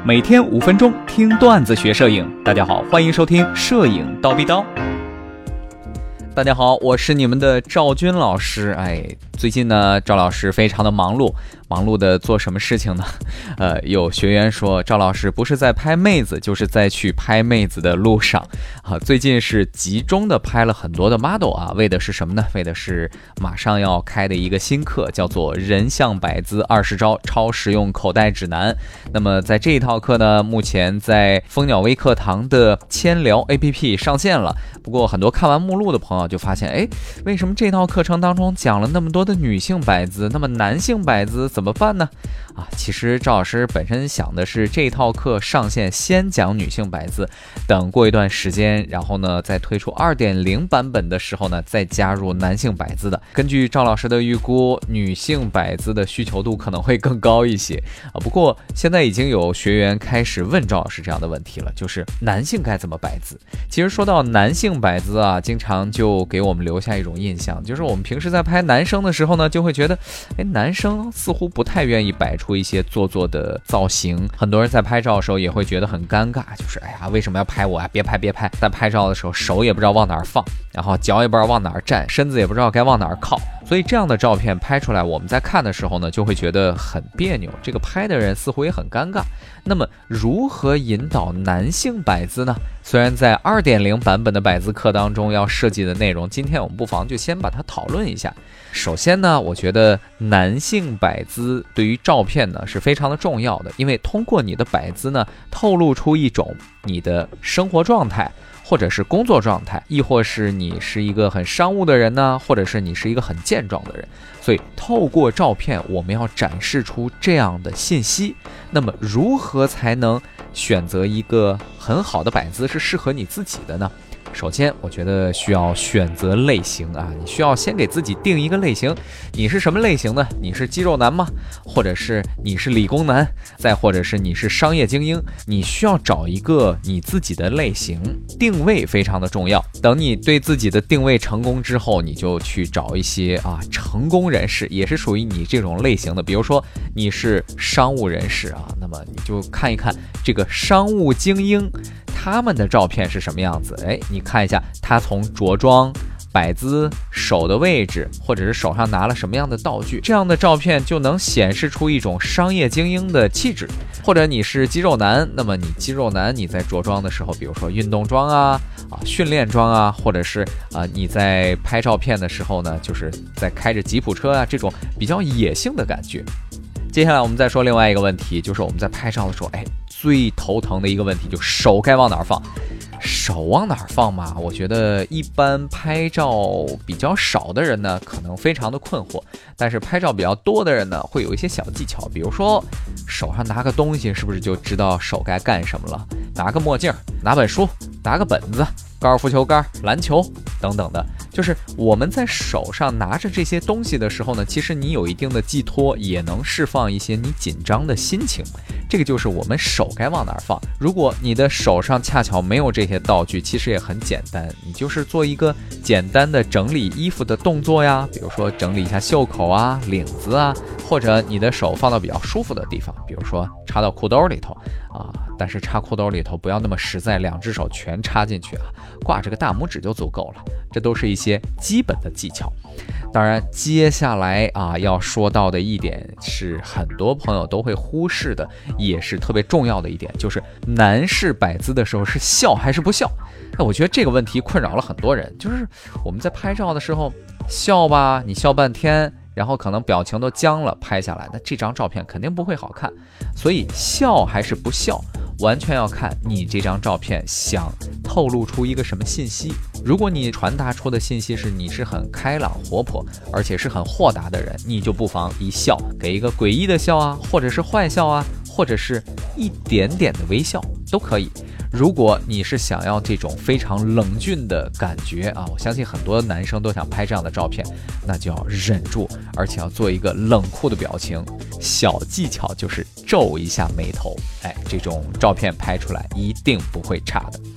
每天5分钟听段子学摄影。大家好，欢迎收听摄影叨逼叨。大家好，我是你们的赵军老师。最近呢，赵老师非常的忙碌的做什么事情呢？有学员说赵老师不是在拍妹子，就是在去拍妹子的路上啊。最近是集中的拍了很多的 model 啊，为的是什么呢？为的是马上要开的一个新课，叫做人像摆姿20招超实用口袋指南。那么在这一套课呢，目前在蜂鸟微课堂的千聊 APP 上线了。不过很多看完目录的朋友就发现，为什么这套课程当中讲了那么多的女性摆姿，那么男性摆姿怎么办呢？其实赵老师本身想的是这套课上线先讲女性摆姿，等过一段时间，然后呢再推出 2.0 版本的时候呢，再加入男性摆姿的。根据赵老师的预估，女性摆姿的需求度可能会更高一些不过现在已经有学员开始问赵老师这样的问题了，就是男性该怎么摆姿。其实说到男性摆姿经常就给我们留下一种印象，就是我们平时在拍男生的时候呢，就会觉得男生似乎不太愿意摆出一些做作的造型。很多人在拍照的时候也会觉得很尴尬，就是为什么要拍我别拍。在拍照的时候手也不知道往哪儿放，然后脚也不知道往哪儿站，身子也不知道该往哪儿靠。所以这样的照片拍出来，我们在看的时候呢，就会觉得很别扭，这个拍的人似乎也很尴尬。那么如何引导男性摆姿呢？虽然在 2.0 版本的摆姿课当中要设计的内容，今天我们不妨就先把它讨论一下。首先呢，我觉得男性摆姿对于照片呢是非常的重要的，因为通过你的摆姿呢，透露出一种你的生活状态，或者是工作状态，亦或是你是一个很商务的人呢，或者是你是一个很健壮的人。所以透过照片我们要展示出这样的信息。那么如何才能选择一个很好的摆姿是适合你自己的呢？首先我觉得需要选择类型你需要先给自己定一个类型。你是什么类型呢？你是肌肉男吗？或者是你是理工男？再或者是你是商业精英？你需要找一个你自己的类型，定位非常的重要。等你对自己的定位成功之后，你就去找一些成功人士，也是属于你这种类型的。比如说你是商务人士那么你就看一看这个商务精英他们的照片是什么样子。你看一下他从着装、摆姿、手的位置，或者是手上拿了什么样的道具，这样的照片就能显示出一种商业精英的气质。或者你是肌肉男，那么你肌肉男你在着装的时候，比如说运动装训练装或者是你在拍照片的时候呢，就是在开着吉普车这种比较野性的感觉。接下来我们再说另外一个问题，就是我们在拍照的时候最头疼的一个问题，就是手该往哪儿放。手往哪儿放嘛，我觉得一般拍照比较少的人呢，可能非常的困惑，但是拍照比较多的人呢，会有一些小技巧。比如说手上拿个东西，是不是就知道手该干什么了？拿个墨镜，拿本书，拿个本子，高尔夫球杆、篮球等等的，就是我们在手上拿着这些东西的时候呢，其实你有一定的寄托，也能释放一些你紧张的心情。这个就是我们手该往哪儿放。如果你的手上恰巧没有这些道具，其实也很简单，你就是做一个简单的整理衣服的动作呀，比如说整理一下袖口领子或者你的手放到比较舒服的地方，比如说插到裤兜里头但是插裤兜里头不要那么实在，2只手全插进去挂着个大拇指就足够了。这都是一些基本的技巧。当然接下来要说到的一点是很多朋友都会忽视的，也是特别重要的一点，就是男士摆姿的时候是笑还是不笑。我觉得这个问题困扰了很多人，就是我们在拍照的时候笑吧，你笑半天，然后可能表情都僵了，拍下来那这张照片肯定不会好看。所以笑还是不笑，完全要看你这张照片想透露出一个什么信息。如果你传达出的信息是你是很开朗活泼，而且是很豁达的人，你就不妨一笑给一个诡异的笑或者是坏笑或者是一点点的微笑都可以。如果你是想要这种非常冷峻的感觉我相信很多男生都想拍这样的照片，那就要忍住，而且要做一个冷酷的表情。小技巧就是皱一下眉头，这种照片拍出来一定不会差的。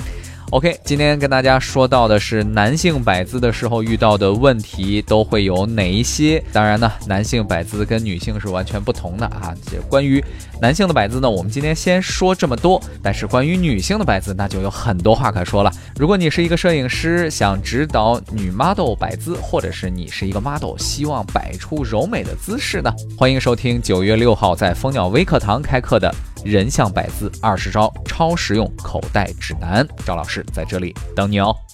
OK， 今天跟大家说到的是男性摆姿的时候遇到的问题都会有哪一些。当然呢，男性摆姿跟女性是完全不同的啊。关于男性的摆姿呢，我们今天先说这么多，但是关于女性的摆姿那就有很多话可说了。如果你是一个摄影师，想指导女 model 摆姿，或者是你是一个 model 希望摆出柔美的姿势呢，欢迎收听9月6号在蜂鸟微课堂开课的人像摆姿20招超实用口袋指南，赵老师在这里等你哦。